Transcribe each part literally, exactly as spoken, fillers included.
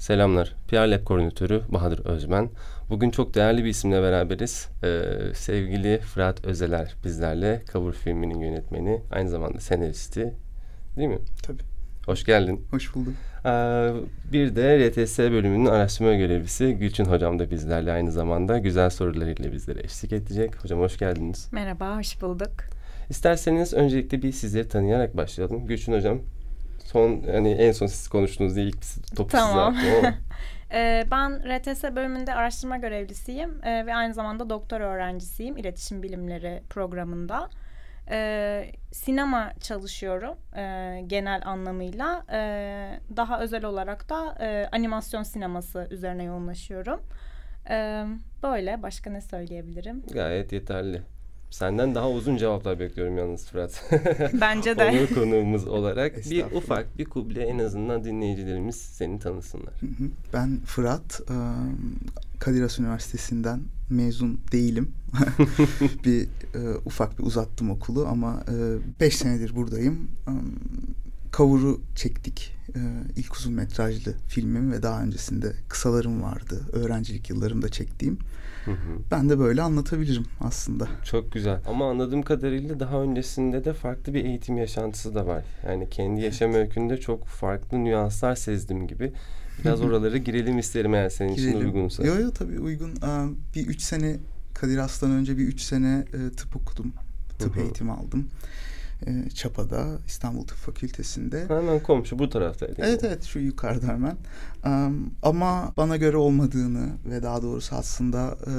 Selamlar. P R Lab koordinatörü Bahadır Özmen. Bugün çok değerli bir isimle beraberiz. Ee, sevgili Fırat Özeler bizlerle. Kavur filminin yönetmeni, aynı zamanda senaristi. Değil mi? Tabii. Hoş geldin. Hoş bulduk. Ee, bir de R T S bölümünün araştırma görevlisi Gülçin Hocam da bizlerle aynı zamanda güzel sorularıyla bizlere eşlik edecek. Hocam hoş geldiniz. Merhaba, hoş bulduk. İsterseniz öncelikle bir sizleri tanıyarak başlayalım. Gülçin Hocam, son hani en son siz konuştunuz diye ilk bir topu Tamam. size attım ama. ee, ben R T S bölümünde araştırma görevlisiyim ee, ve aynı zamanda doktora öğrencisiyim İletişim Bilimleri programında. Ee, sinema çalışıyorum e, genel anlamıyla. Ee, daha özel olarak da e, animasyon sineması üzerine yoğunlaşıyorum. Ee, böyle, başka ne söyleyebilirim? Gayet yeterli. Senden daha uzun cevaplar bekliyorum yalnız Fırat. Bence de. Onur konuğumuz olarak bir ufak bir kuble, en azından dinleyicilerimiz seni tanısınlar. Ben Fırat, Kadir Has Üniversitesi'nden mezun değilim. bir ufak bir uzattım okulu ama beş senedir buradayım. Kavur'u çektik. İlk uzun metrajlı filmim ve daha öncesinde kısalarım vardı. Öğrencilik yıllarımda çektiğim. Hı hı. Ben de böyle anlatabilirim aslında. Çok güzel. Ama anladığım kadarıyla daha öncesinde de farklı bir eğitim yaşantısı da var. Yani kendi yaşam öykünde çok farklı nüanslar sezdim gibi. Biraz oralara girelim isterim eğer senin girelim. için uygunsa. Yok yok tabii uygun. Bir üç sene Kadir Has'tan önce bir üç sene tıp okudum. Tıp hı hı. eğitimi aldım. Çapa'da, İstanbul Tıp Fakültesi'nde. Hemen komşu bu taraftaydı. Evet evet şu yukarıda hemen. Um, ama bana göre olmadığını ve daha doğrusu aslında e,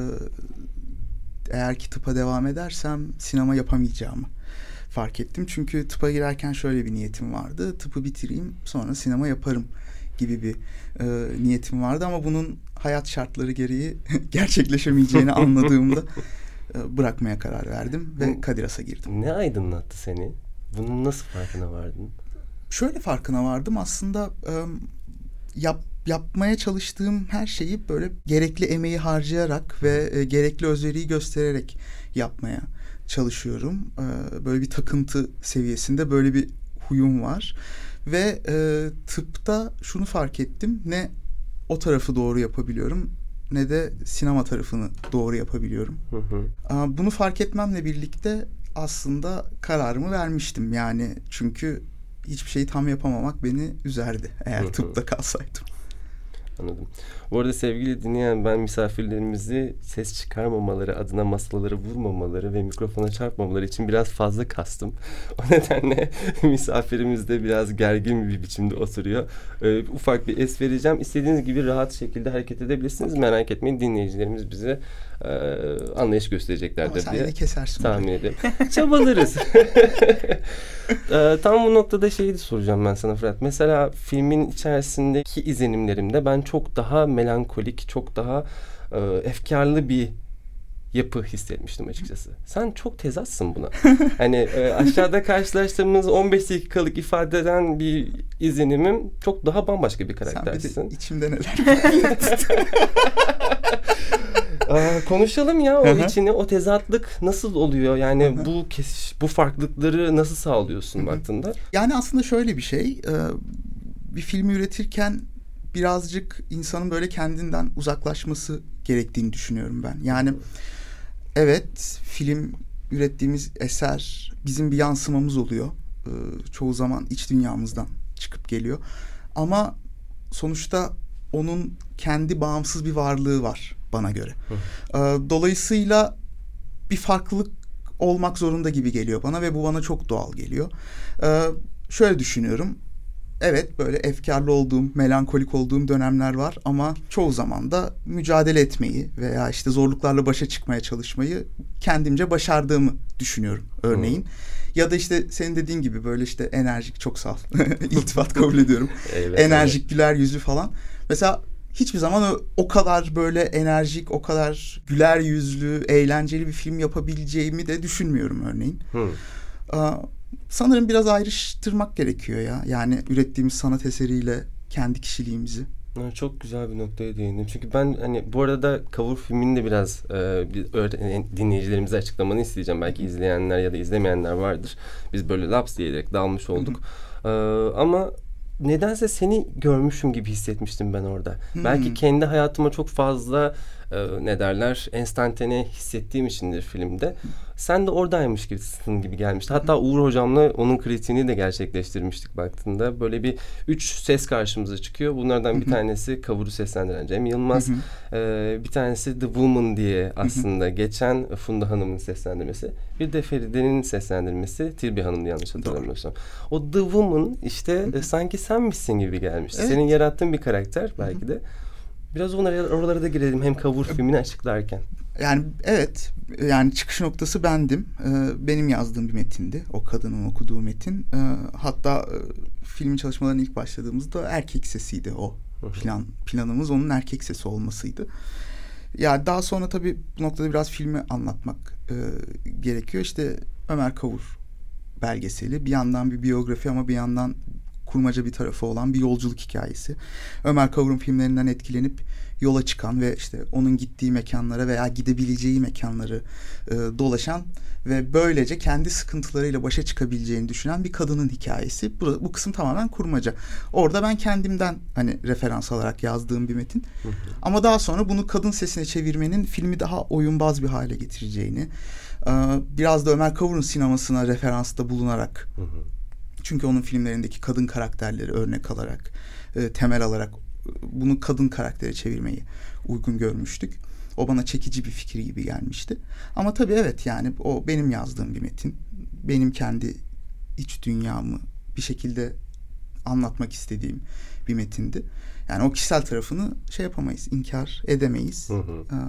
eğer ki tıpa devam edersem sinema yapamayacağımı fark ettim. Çünkü tıpa girerken şöyle bir niyetim vardı. Tıpı bitireyim sonra sinema yaparım gibi bir e, niyetim vardı. Ama bunun hayat şartları gereği gerçekleşemeyeceğini anladığımda bırakmaya karar verdim ve Kadir Has'a girdim. Ne aydınlattı seni? Bunun nasıl farkına vardın? Şöyle farkına vardım aslında yap, yapmaya çalıştığım her şeyi böyle gerekli emeği harcayarak ve gerekli özveriyi göstererek yapmaya çalışıyorum. Böyle bir takıntı seviyesinde böyle bir huyum var ve tıpta şunu fark ettim, ne o tarafı doğru yapabiliyorum ne de sinema tarafını doğru yapabiliyorum. Hı hı. Bunu fark etmemle birlikte aslında kararımı vermiştim. Yani çünkü hiçbir şeyi tam yapamamak beni üzerdi eğer hı hı. tıpta kalsaydım. Anladım. Bu arada sevgili dinleyen, ben misafirlerimizi ses çıkarmamaları adına masaları vurmamaları ve mikrofona çarpmamaları için biraz fazla kastım. O nedenle misafirimiz de biraz gergin bir biçimde oturuyor. Ee, ufak bir es vereceğim. İstediğiniz gibi rahat şekilde hareket edebilirsiniz. Merak etmeyin, dinleyicilerimiz bize e, anlayış göstereceklerdir ama diye. Ama sen kesersin. Tahmin ederim. Çabalarız. e, tam bu noktada şeyi de soracağım ben sana Fırat. Mesela filmin içerisindeki izlenimlerimde ben çok daha melankolik, çok daha e, efkarlı bir yapı hissetmiştim açıkçası. Sen çok tezatsın buna. Hani e, aşağıda karşılaştığımız on beş dakikalık ifadeden bir izlenimim çok daha bambaşka bir karaktersin. Sen bir de içimde neler Aa, konuşalım ya o içini, o tezatlık nasıl oluyor? Yani Hı-hı. bu kesiş, bu farklılıkları nasıl sağlıyorsun Hı-hı. baktığında? Yani aslında şöyle bir şey, bir filmi üretirken birazcık insanın böyle kendinden uzaklaşması gerektiğini düşünüyorum ben. Yani evet, film ürettiğimiz eser bizim bir yansımamız oluyor. Çoğu zaman iç dünyamızdan çıkıp geliyor. Ama sonuçta onun kendi bağımsız bir varlığı var bana göre. Hı. Dolayısıyla bir farklılık olmak zorunda gibi geliyor bana ve bu bana çok doğal geliyor. Şöyle düşünüyorum. Evet, böyle efkarlı olduğum, melankolik olduğum dönemler var ama çoğu zaman da mücadele etmeyi veya işte zorluklarla başa çıkmaya çalışmayı kendimce başardığımı düşünüyorum örneğin. Hmm. Ya da işte senin dediğin gibi böyle işte enerjik, çok sağ ol. İltifat kabul ediyorum. Evet, enerjik, evet. Güler yüzlü falan. Mesela hiçbir zaman o, o kadar böyle enerjik, o kadar güler yüzlü, eğlenceli bir film yapabileceğimi de düşünmüyorum örneğin. Hmm. Aa, sanırım biraz ayrıştırmak gerekiyor ya. Yani ürettiğimiz sanat eseriyle kendi kişiliğimizi. Çok güzel bir noktaya değindim. Çünkü ben hani bu arada Kavur filmini de biraz e, bir öğren- dinleyicilerimize açıklamanı isteyeceğim. Belki izleyenler ya da izlemeyenler vardır. Biz böyle laps diyerek dalmış olduk. e, ama nedense seni görmüşüm gibi hissetmiştim ben orada. Hmm. Belki kendi hayatıma çok fazla e, ne derler enstantane hissettiğim içindir filmde. Sen de oradaymış gibisin gibi gelmişti. Hatta Uğur hocamla onun kritiğini de gerçekleştirmiştik baktığında. Böyle bir üç ses karşımıza çıkıyor. Bunlardan bir tanesi Kavur'u seslendiren Cem Yılmaz. e, bir tanesi The Woman diye aslında geçen Funda Hanım'ın seslendirmesi. Bir de Feride'nin seslendirmesi Tilbi Hanım'dı yanlış hatırlamıyorsam. O The Woman işte e, sanki senmişsin gibi gelmişti. Evet. Senin yarattığın bir karakter belki de. Biraz onlara, oralara da girelim hem Kavur filmini açıklarken. Yani evet, yani çıkış noktası bendim. Ee, benim yazdığım bir metindi. O kadının okuduğu metin. Ee, hatta e, filmin çalışmalarına ilk başladığımızda erkek sesiydi o. Plan, planımız onun erkek sesi olmasıydı. Ya daha sonra tabii bu noktada biraz filmi anlatmak e, gerekiyor. İşte Ömer Kavur belgeseli. Bir yandan bir biyografi ama bir yandan kurmaca bir tarafı olan bir yolculuk hikayesi. Ömer Kavur'un filmlerinden etkilenip yola çıkan ve işte onun gittiği mekanlara veya gidebileceği mekanları e, dolaşan ve böylece kendi sıkıntılarıyla başa çıkabileceğini düşünen bir kadının hikayesi. Bu, bu kısım tamamen kurmaca. Orada ben kendimden hani referans alarak yazdığım bir metin. Hı hı. Ama daha sonra bunu kadın sesine çevirmenin filmi daha oyunbaz bir hale getireceğini, e, biraz da Ömer Kavur'un sinemasına referansta bulunarak, hı hı. Çünkü onun filmlerindeki kadın karakterleri örnek alarak, e, temel alarak bunu kadın karaktere çevirmeyi uygun görmüştük. O bana çekici bir fikir gibi gelmişti. Ama tabii evet, yani o benim yazdığım bir metin. Benim kendi iç dünyamı bir şekilde anlatmak istediğim bir metindi. Yani o kişisel tarafını şey yapamayız, inkar edemeyiz. Hı hı. Ee,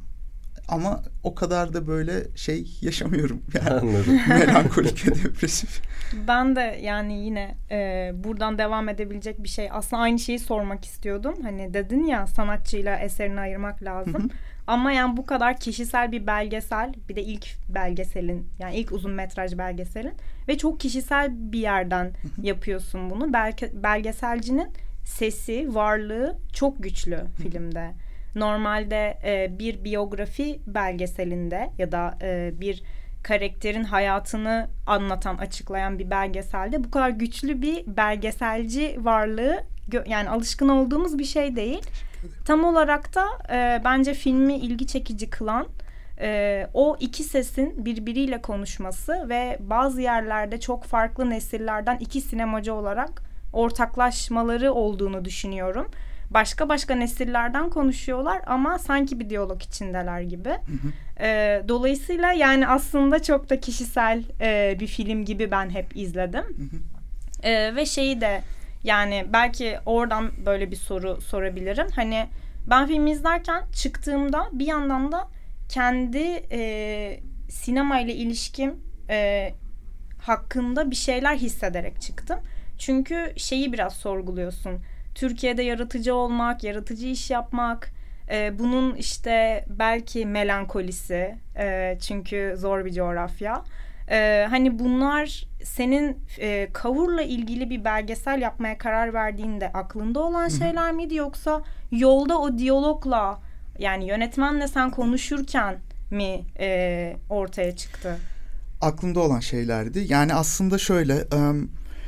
ama o kadar da böyle şey yaşamıyorum. Yani melankolik ve depresif. Ben de yani yine e, buradan devam edebilecek bir şey. Aslında aynı şeyi sormak istiyordum. Hani dedin ya, sanatçıyla eserini ayırmak lazım. Hı hı. Ama yani bu kadar kişisel bir belgesel, bir de ilk belgeselin, yani ilk uzun metraj belgeselin ve çok kişisel bir yerden hı hı. yapıyorsun bunu. Belge, belgeselcinin sesi, varlığı çok güçlü hı. filmde. Normalde e, bir biyografi belgeselinde ya da e, bir karakterin hayatını anlatan, açıklayan bir belgeselde bu kadar güçlü bir belgeselci varlığı gö- yani alışkın olduğumuz bir şey değil. Tam olarak da e, bence filmi ilgi çekici kılan e, o iki sesin birbiriyle konuşması ve bazı yerlerde çok farklı nesillerden iki sinemacı olarak ortaklaşmaları olduğunu düşünüyorum. Başka başka nesillerden konuşuyorlar ama sanki bir diyalog içindeler gibi. Hı hı. E, dolayısıyla yani aslında çok da kişisel e, bir film gibi ben hep izledim. Hı hı. E, ve şeyi de yani belki oradan böyle bir soru sorabilirim. Hani ben filmi izlerken çıktığımda bir yandan da kendi e, sinemayla ilişkim e, hakkında bir şeyler hissederek çıktım. Çünkü şeyi biraz sorguluyorsun. Türkiye'de yaratıcı olmak, yaratıcı iş yapmak, e, bunun işte belki melankolisi, e, çünkü zor bir coğrafya. E, hani bunlar senin e, Kavur'la ilgili bir belgesel yapmaya karar verdiğinde aklında olan şeyler miydi, yoksa yolda o diyalogla, yani yönetmenle sen konuşurken mi e, ortaya çıktı? Aklımda olan şeylerdi. Yani aslında şöyle, um,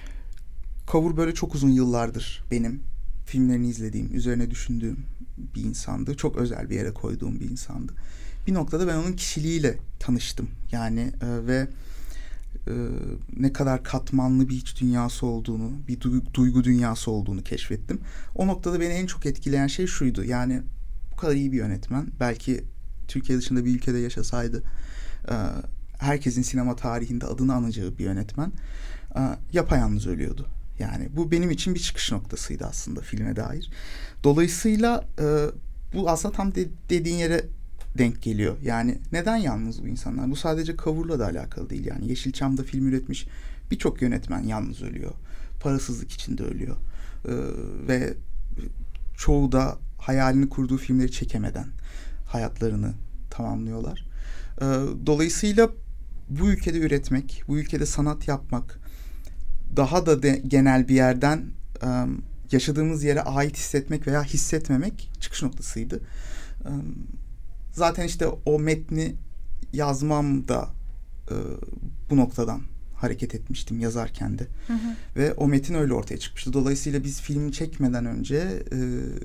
Kavur böyle çok uzun yıllardır benim filmlerini izlediğim, üzerine düşündüğüm bir insandı. Çok özel bir yere koyduğum bir insandı. Bir noktada ben onun kişiliğiyle tanıştım. Yani e, ve e, ne kadar katmanlı bir iç dünyası olduğunu, bir duygu, duygu dünyası olduğunu keşfettim. O noktada beni en çok etkileyen şey şuydu. Yani bu kadar iyi bir yönetmen, belki Türkiye dışında bir ülkede yaşasaydı e, herkesin sinema tarihinde adını anacağı bir yönetmen e, yapayalnız ölüyordu. Yani bu benim için bir çıkış noktasıydı aslında filme dair. Dolayısıyla e, bu aslında tam de, dediğin yere denk geliyor. Yani neden yalnız bu insanlar? Bu sadece Kavur'la da alakalı değil. Yani Yeşilçam'da film üretmiş birçok yönetmen yalnız ölüyor. Parasızlık içinde ölüyor. E, ve çoğu da hayalini kurduğu filmleri çekemeden hayatlarını tamamlıyorlar. E, dolayısıyla bu ülkede üretmek, bu ülkede sanat yapmak, daha da de, genel bir yerden um, yaşadığımız yere ait hissetmek veya hissetmemek çıkış noktasıydı. Um, zaten işte o metni yazmam da uh, bu noktadan hareket etmiştim yazarken de. Hı hı. Ve o metin öyle ortaya çıkmıştı. Dolayısıyla biz filmi çekmeden önce e,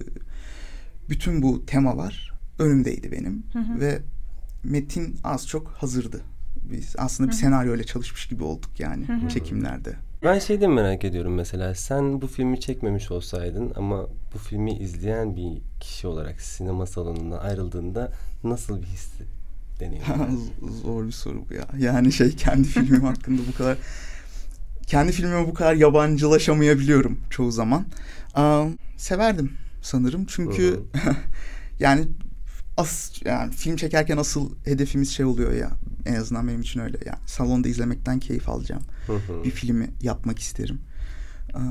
bütün bu temalar önümdeydi benim. Hı hı. Ve metin az çok hazırdı. Biz aslında bir Hı hı. senaryoyla çalışmış gibi olduk yani Hı hı. çekimlerde. Ben şey de merak ediyorum mesela. Sen bu filmi çekmemiş olsaydın ama bu filmi izleyen bir kişi olarak sinema salonundan ayrıldığında nasıl bir hissi deneyimlerdin? Zor bir soru bu ya. Yani şey kendi filmim hakkında bu kadar kendi filmime bu kadar yabancılaşamayabiliyorum çoğu zaman. Aa, severdim sanırım çünkü yani as yani film çekerken asıl hedefimiz şey oluyor ya, en azından benim için öyle. Yani salonda izlemekten keyif alacağım. Bir filmi yapmak isterim. Aa,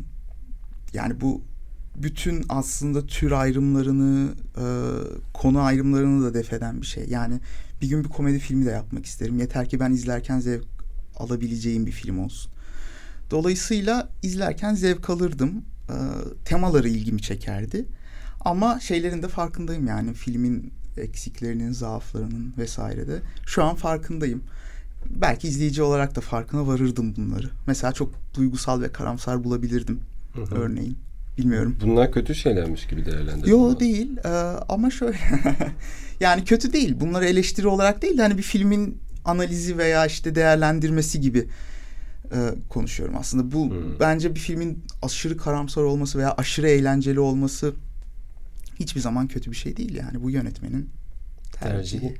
yani bu bütün aslında tür ayrımlarını, e, konu ayrımlarını da defeden bir şey. Yani bir gün bir komedi filmi de yapmak isterim. Yeter ki ben izlerken zevk alabileceğim bir film olsun. Dolayısıyla izlerken zevk alırdım. E, temaları ilgimi çekerdi. Ama şeylerin de farkındayım yani filmin eksiklerinin, zaaflarının vesaire de. Şu an farkındayım. Belki izleyici olarak da farkına varırdım bunları. Mesela çok duygusal ve karamsar bulabilirdim Hı hı. örneğin. Bilmiyorum. Bunlar kötü şeylermiş gibi değerlendiriyorum. Yo değil ee, ama şöyle yani kötü değil. Bunları eleştiri olarak değil de hani bir filmin analizi veya işte değerlendirmesi gibi e, konuşuyorum aslında. Bu hmm. bence bir filmin aşırı karamsar olması veya aşırı eğlenceli olması hiçbir zaman kötü bir şey değil yani. Bu yönetmenin tercihi. tercihi.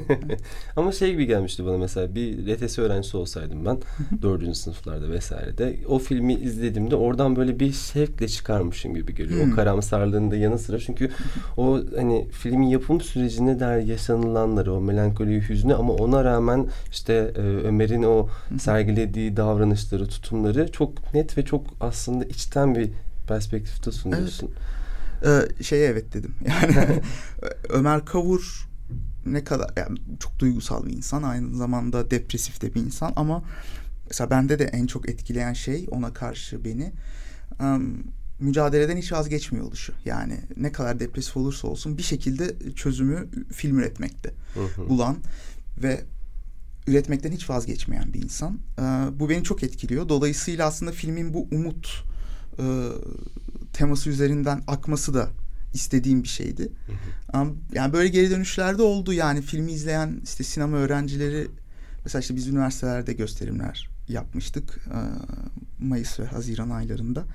Ama şey gibi gelmişti bana mesela bir R T S öğrencisi olsaydım ben dördüncü sınıflarda vesairede o filmi izlediğimde oradan böyle bir şevkle çıkarmışım gibi geliyor. Hmm. O karamsarlığın da yanı sıra çünkü o hani filmin yapım sürecine dair yaşanılanları, o melankoliyi, hüznü ama ona rağmen işte e, Ömer'in o sergilediği davranışları, tutumları çok net ve çok aslında içten bir perspektifte sunuyorsun. Evet. Ee, şeye evet dedim. Yani Ömer Kavur ne kadar yani çok duygusal bir insan, aynı zamanda depresif de bir insan ama mesela bende de en çok etkileyen şey ona karşı beni um, mücadeleden hiç vazgeçmiyor oluşu. Yani ne kadar depresif olursa olsun bir şekilde çözümü film üretmekte hı hı. bulan ve üretmekten hiç vazgeçmeyen bir insan. Ee, bu beni çok etkiliyor. Dolayısıyla aslında filmin bu umut e, teması üzerinden akması da istediğim bir şeydi. Hı hı. Yani böyle geri dönüşlerde oldu. Yani filmi izleyen işte sinema öğrencileri mesela işte biz üniversitelerde gösterimler yapmıştık. Mayıs ve Haziran aylarında.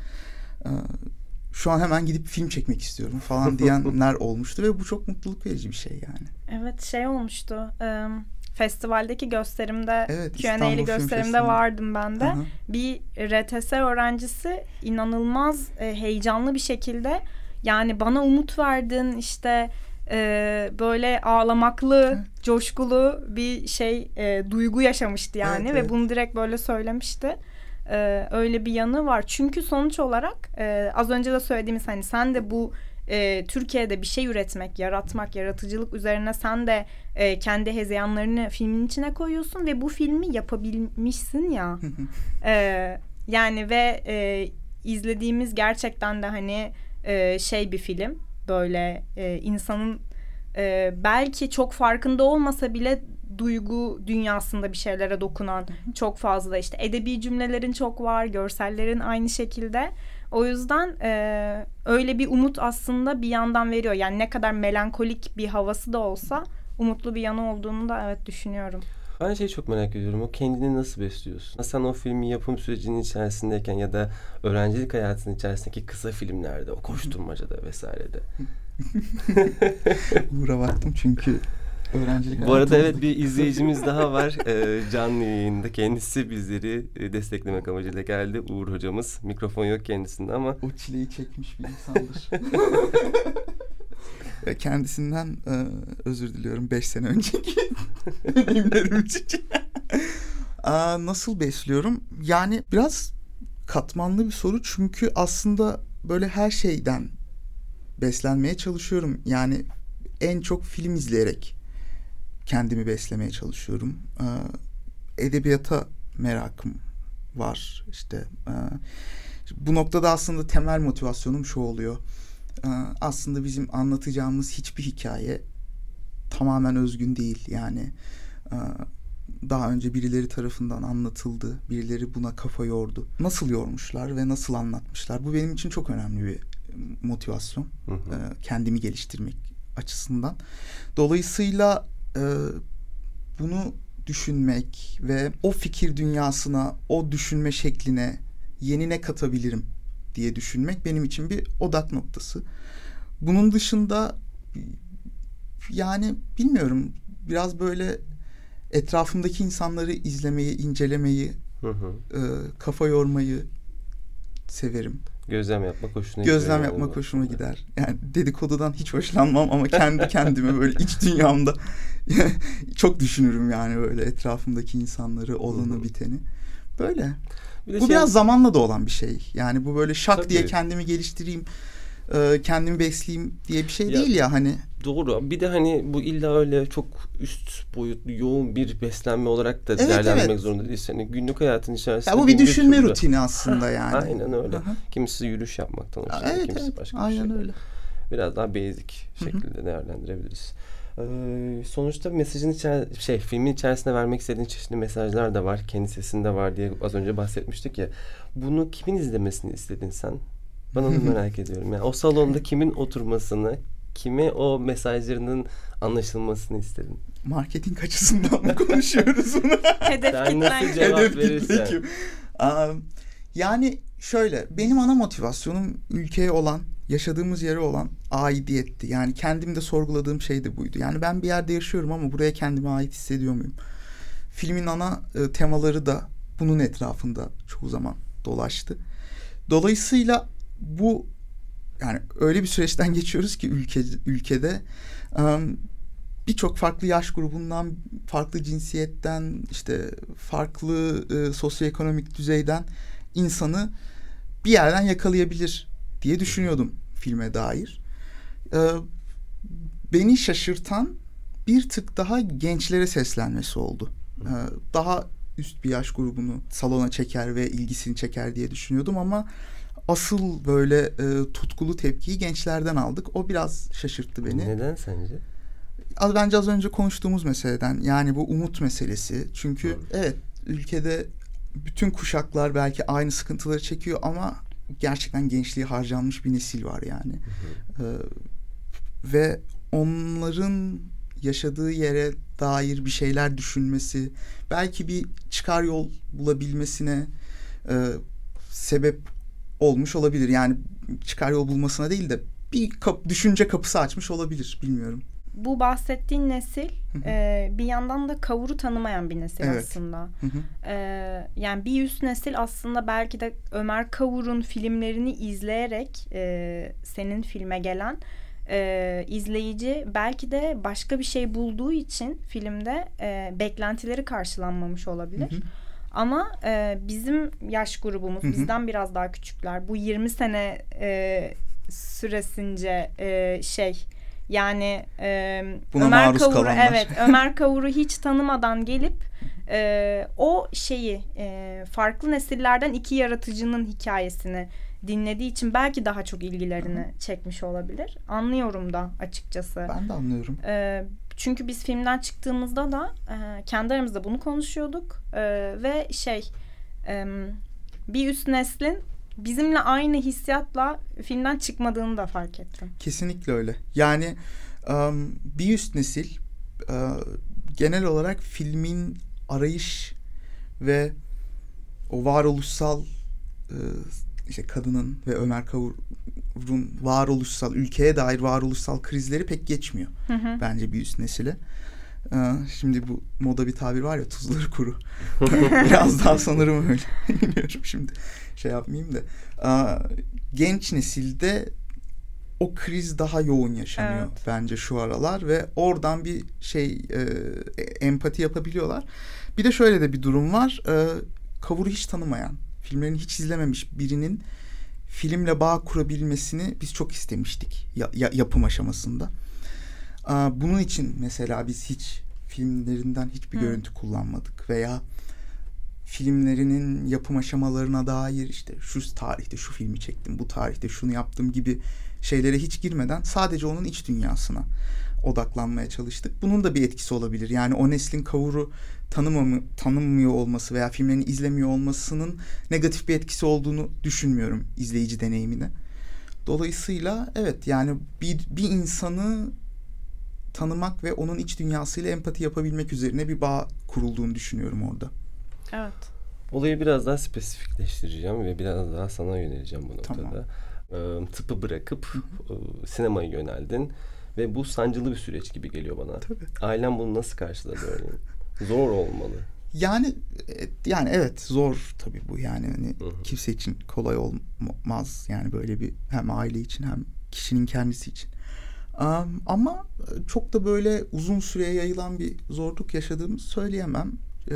Şu an hemen gidip film çekmek istiyorum falan diyenler olmuştu ve bu çok mutluluk verici bir şey yani. Evet şey olmuştu. Um... Festivaldeki gösterimde, evet, Q and A'li gösterimde vardım ben de. Hı-hı. Bir R T S öğrencisi inanılmaz e, heyecanlı bir şekilde yani bana umut verdin işte e, böyle ağlamaklı, Hı. coşkulu bir şey e, duygu yaşamıştı yani evet, ve evet. bunu direkt böyle söylemişti. E, öyle bir yanı var. Çünkü sonuç olarak e, az önce de söylediğimiz hani sen de bu e, Türkiye'de bir şey üretmek, yaratmak, yaratıcılık üzerine sen de e, kendi hezeyanlarını filmin içine koyuyorsun ve bu filmi yapabilmişsin ya. e, yani ve e, izlediğimiz gerçekten de hani e, şey bir film. Böyle e, insanın e, belki çok farkında olmasa bile duygu dünyasında bir şeylere dokunan çok fazla işte edebi cümlelerin çok var, görsellerin aynı şekilde. O yüzden e, öyle bir umut aslında bir yandan veriyor. Yani ne kadar melankolik bir havası da olsa umutlu bir yanı olduğunu da evet düşünüyorum. Ben şeyi çok merak ediyorum. O kendini nasıl besliyorsun? Sen o filmin yapım sürecinin içerisindeyken ya da öğrencilik hayatının içerisindeki kısa filmlerde, o koşturmacada vesairede. Uğur'a baktım çünkü öğrencilik Bu arada evet bir izleyicimiz daha var. Ee, canlı yayında kendisi bizleri desteklemek amacıyla geldi. Uğur hocamız. Mikrofon yok kendisinde ama. O çileyi çekmiş bir insandır. Kendisinden e, özür diliyorum beş sene önceki deneyimlerim için. Aa, nasıl besliyorum? Yani biraz katmanlı bir soru çünkü aslında böyle her şeyden beslenmeye çalışıyorum. Yani en çok film izleyerek kendimi beslemeye çalışıyorum. Ee, edebiyata merakım var. İşte e, bu noktada aslında temel motivasyonum şu oluyor. Ee, aslında bizim anlatacağımız hiçbir hikaye tamamen özgün değil. Yani e, daha önce birileri tarafından anlatıldı. Birileri buna kafa yordu. Nasıl yormuşlar ve nasıl anlatmışlar? Bu benim için çok önemli bir motivasyon. Hı hı. Ee, kendimi geliştirmek açısından. Dolayısıyla e, bunu düşünmek ve o fikir dünyasına, o düşünme şekline yeni ne katabilirim diye düşünmek benim için bir odak noktası. Bunun dışında yani bilmiyorum, biraz böyle etrafımdaki insanları izlemeyi, incelemeyi, Hı hı. e, kafa yormayı severim. Gözlem yapmak hoşuna gidiyor. Gözlem yani yapmak bu. hoşuma gider. Yani dedikodudan hiç hoşlanmam ama kendi kendime böyle iç dünyamda çok düşünürüm yani, böyle etrafımdaki insanları, olanı, Hı hı. biteni. Böyle. Bir de Bu şey- biraz zamanla da olan bir şey. Yani bu böyle şak Tabii. diye kendimi geliştireyim, e, kendimi besleyeyim diye bir şey Ya- değil ya hani. Doğru. Bir de hani bu illa öyle çok üst boyutlu, yoğun bir beslenme olarak da Evet, değerlendirmek evet. zorunda değilsin. Hani günlük hayatın içerisinde. Ya bu bir bin bir düşünme türlü- rutini aslında yani. Aynen öyle. Aha. Kimisi yürüyüş yapmaktan hoşlanır, Evet, kimisi evet. başka bir Aynen şeyden. öyle. Biraz daha basic şekilde değerlendirebiliriz. Ee, sonuçta mesajın içer şey filmin içerisinde vermek istediğin çeşitli mesajlar da var. Kendi sesinde var diye az önce bahsetmiştik ya. Bunu kimin izlemesini istedin sen? Ben onu merak ediyorum. Yani o salonda kimin oturmasını, kime o mesajlarının anlaşılmasını istedin? Marketing açısından mı konuşuyoruz bunu? Hedef Sen nasıl kitlen. cevap Hedef kitle verirsen. kim? Aa, yani şöyle, benim ana motivasyonum ülkeye olan, yaşadığımız yere olan aidiyetti. Yani kendimde sorguladığım şey de buydu. Yani ben bir yerde yaşıyorum ama buraya kendime ait hissediyor muyum? Filmin ana e, temaları da bunun etrafında çoğu zaman dolaştı. Dolayısıyla bu, yani öyle bir süreçten geçiyoruz ki ülke, ülkede um, birçok farklı yaş grubundan, farklı cinsiyetten, işte farklı e, sosyoekonomik düzeyden insanı bir yerden yakalayabilir diye düşünüyordum filme dair. E, beni şaşırtan bir tık daha gençlere seslenmesi oldu. E, daha üst bir yaş grubunu salona çeker ve ilgisini çeker diye düşünüyordum ama asıl böyle e, tutkulu tepkiyi gençlerden aldık. O biraz şaşırttı beni. Neden sence? Az bence az önce konuştuğumuz meseleden, yani bu umut meselesi. Çünkü Doğru. evet, ülkede bütün kuşaklar belki aynı sıkıntıları çekiyor ama gerçekten gençliği harcanmış bir nesil var yani. Hı hı. Ee, ve onların yaşadığı yere dair bir şeyler düşünmesi, belki bir çıkar yol bulabilmesine e, sebep olmuş olabilir. Yani çıkar yol bulmasına değil de bir kap- düşünce kapısı açmış olabilir, bilmiyorum. Bu bahsettiğin nesil e, bir yandan da Kavur'u tanımayan bir nesil Evet. aslında. Hı hı. E, yani bir üst nesil aslında belki de Ömer Kavur'un filmlerini izleyerek e, senin filme gelen e, izleyici belki de başka bir şey bulduğu için filmde e, beklentileri karşılanmamış olabilir. Hı hı. Ama e, bizim yaş grubumuz, Hı hı. bizden biraz daha küçükler. Bu yirmi sene e, süresince e, şey... Yani e, Buna Ömer maruz Kavur'u kalanlar. evet Ömer Kavur'u hiç tanımadan gelip e, o şeyi e, farklı nesillerden iki yaratıcının hikayesini dinlediği için belki daha çok ilgilerini Hı-hı. çekmiş olabilir. Anlıyorum da açıkçası. Ben de anlıyorum. E, çünkü biz filmden çıktığımızda da e, kendi aramızda bunu konuşuyorduk e, ve şey e, bir üst neslin bizimle aynı hissiyatla filmden çıkmadığını da fark ettim. Kesinlikle öyle. Yani um, bir üst nesil uh, genel olarak filmin arayış ve o varoluşsal uh, işte kadının ve Ömer Kavur'un varoluşsal, ülkeye dair varoluşsal krizleri pek geçmiyor. Hı hı. Bence bir üst nesile. Uh, şimdi bu moda bir tabir var ya, tuzları kuru. Biraz daha sanırım öyle. Bilmiyorum şimdi. Şey yapmayayım da. Uh, genç nesilde o kriz daha yoğun yaşanıyor Evet. bence şu aralar ve oradan bir şey e, empati yapabiliyorlar. Bir de şöyle de bir durum var. E, Kavur'u hiç tanımayan, filmlerini hiç izlememiş birinin filmle bağ kurabilmesini biz çok istemiştik ya, ya, yapım aşamasında. E, bunun için mesela biz hiç filmlerinden hiçbir Hı. görüntü kullanmadık veya filmlerinin yapım aşamalarına dair işte şu tarihte şu filmi çektim, bu tarihte şunu yaptım gibi şeylere hiç girmeden sadece onun iç dünyasına odaklanmaya çalıştık. Bunun da bir etkisi olabilir. Yani o neslin Kavur'u tanımamı, tanımıyor olması veya filmlerini izlemiyor olmasının negatif bir etkisi olduğunu düşünmüyorum izleyici deneyimine. Dolayısıyla evet, yani bir, bir insanı tanımak ve onun iç dünyasıyla empati yapabilmek üzerine bir bağ kurulduğunu düşünüyorum orada. Evet. Olayı biraz daha spesifikleştireceğim ve biraz daha sana yöneleceğim bu noktada. Tamam. Ee, tıpı bırakıp e, sinemaya yöneldin ve bu sancılı bir süreç gibi geliyor bana. Tabii. Ailen bunu nasıl karşıladı örneğin? Zor olmalı. Yani yani evet, zor tabii bu, yani hani Hı hı. kimse için kolay olmaz yani, böyle bir, hem aile için hem kişinin kendisi için. Um, ama çok da böyle uzun süreye yayılan bir zorluk yaşadığımı söyleyemem. Ee,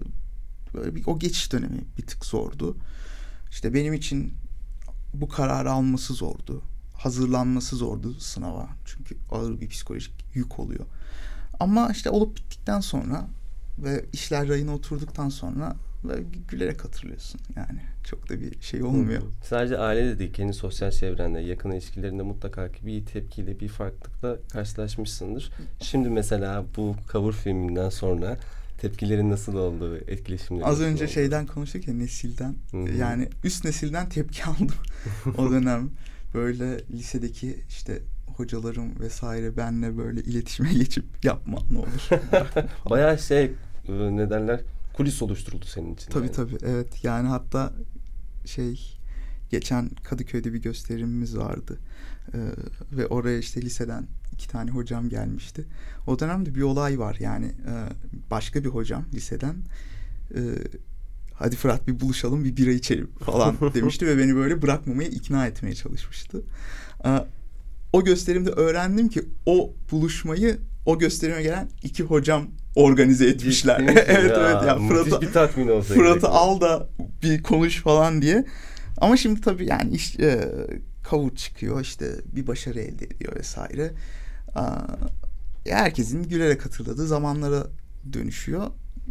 böyle bir, o geçiş dönemi bir tık zordu. İşte benim için bu kararı alması zordu. Hazırlanması zordu sınava. Çünkü ağır bir psikolojik yük oluyor. Ama işte olup bittikten sonra ve işler rayına oturduktan sonra böyle gülerek hatırlıyorsun. Yani çok da bir şey olmuyor. Hı. Sadece ailede değil, kendi sosyal çevrende, yakın ilişkilerinde mutlaka ki bir tepkiyle, bir farklılıkla karşılaşmışsındır. Şimdi mesela bu Kavur filminden sonra tepkilerin nasıl olduğu, etkileşimleri Az nasıl önce oldu? şeyden konuştuk ya, nesilden. Hı-hı. Yani üst nesilden tepki aldım o dönem. Böyle lisedeki işte hocalarım vesaire benle böyle iletişime geçip yapma ne olur. Bayağı şey, ne derler, kulis oluşturuldu senin için. Tabii yani. tabii evet, yani hatta şey, geçen Kadıköy'de bir gösterimimiz vardı. Ee, ve oraya işte liseden iki tane hocam gelmişti. O dönemde bir olay var yani, e, başka bir hocam liseden e, hadi Fırat bir buluşalım, bir bira içelim falan demişti ve beni böyle bırakmamaya ikna etmeye çalışmıştı. E, o gösterimde öğrendim ki o buluşmayı o gösterime gelen iki hocam organize etmişler. evet ya, evet ya, Fırat'ı bir tatmin olsa Fırat'ı al da bir konuş falan diye. Ama şimdi tabii yani iş e, Kavur çıkıyor, işte bir başarı elde ediyor vesaire. Aa, herkesin gülerek hatırladığı zamanlara dönüşüyor.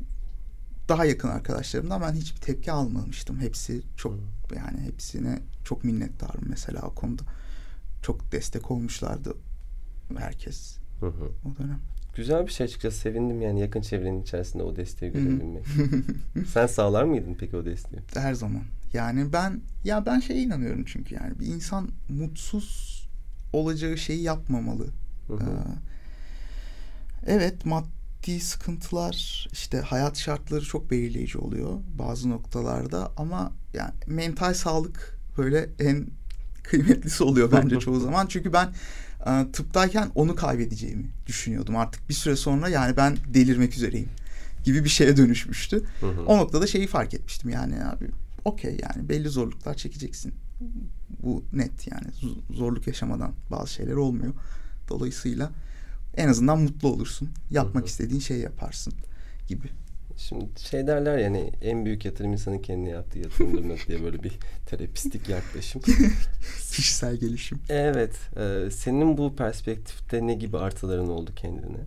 Daha yakın arkadaşlarımdan ben hiçbir tepki almamıştım. Hepsi çok Hı. yani hepsine çok minnettarım mesela o konuda. Çok destek olmuşlardı herkes Hı hı. o dönem. Güzel bir şey, açıkçası sevindim yani yakın çevrenin içerisinde o desteği görebilmek. Sen sağlar mıydın peki o desteği? Her zaman. Yani ben ya ben şeye inanıyorum çünkü yani bir insan mutsuz olacağı şeyi yapmamalı. Hı hı. Ee, evet, maddi sıkıntılar, işte hayat şartları çok belirleyici oluyor bazı noktalarda ama yani mental sağlık böyle en kıymetlisi oluyor bence çoğu zaman. Çünkü ben e, tıptayken onu kaybedeceğimi düşünüyordum. Artık bir süre sonra yani ben delirmek üzereyim gibi bir şeye dönüşmüştü. Hı hı. O noktada şeyi fark etmiştim yani abi okey, yani belli zorluklar çekeceksin. Bu net yani, zorluk yaşamadan bazı şeyler olmuyor. Dolayısıyla en azından mutlu olursun. Yapmak hı hı. istediğin şeyi yaparsın gibi. Şimdi şey derler yani, en büyük yatırım insanın kendine yaptığı yatırımdır diye, böyle bir terapistik yaklaşım. Kişisel gelişim. Evet. E, senin bu perspektifte ne gibi artıların oldu kendine?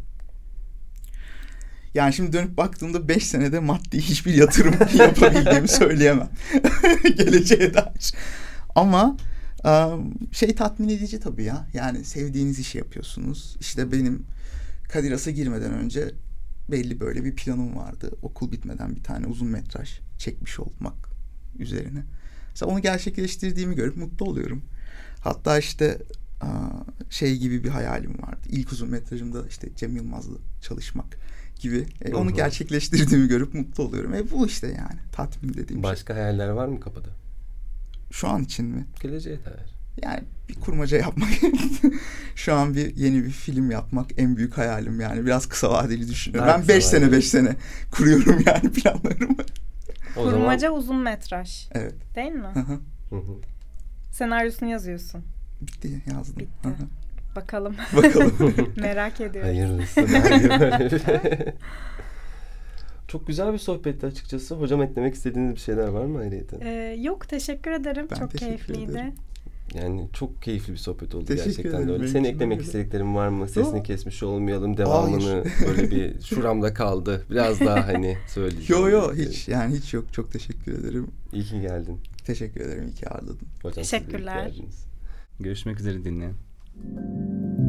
Yani şimdi dönüp baktığımda beş senede maddi hiçbir yatırım yapabildiğimi söyleyemem. Geleceğe dair. Ama şey tatmin edici tabii ya. Yani sevdiğiniz işi yapıyorsunuz. İşte benim Kadir Has'a girmeden önce belli böyle bir planım vardı. Okul bitmeden bir tane uzun metraj çekmiş olmak üzerine. Mesela onu gerçekleştirdiğimi görüp mutlu oluyorum. Hatta işte şey gibi bir hayalim vardı. İlk uzun metrajımda işte Cem Yılmaz'la çalışmak gibi. E, onu gerçekleştirdiğimi görüp mutlu oluyorum. E bu işte yani tatmin dediğim Başka şey. Hayaller var mı kafada? Şu an için mi? Geleceğe dair. Yani bir kurmaca yapmak. Şu an bir yeni bir film yapmak en büyük hayalim yani. Biraz kısa vadeli düşünüyorum. Daha ben beş sene beş sene kuruyorum yani planlarımı. O kurmaca zaman... uzun metraj. Evet. Değil mi? Hı hı. Senaryosunu yazıyorsun. Bitti, yazdım. Bitti. Hı hı. Bakalım. Bakalım. Merak ediyorum. Hayırlısı. Çok güzel bir sohbetti açıkçası. Hocam, eklemek istediğiniz bir şeyler var mı ayrıyeten? Ee, yok, teşekkür ederim. Ben çok teşekkür keyifliydi. Ederim. Yani çok keyifli bir sohbet oldu teşekkür gerçekten ederim. de öyle. Benim Senin eklemek öyle. istediklerin var mı? Sesini Aa. kesmiş olmayalım. Devamını böyle bir şuramda kaldı. Biraz daha hani söyleyeceğim. Yo yo hiç yani hiç yok. Çok teşekkür ederim. İyi ki geldin. Teşekkür ederim. İyi ki ağırladın. Hocam, teşekkürler. siz de iyi ki geldiniz. Görüşmek üzere dinleyen.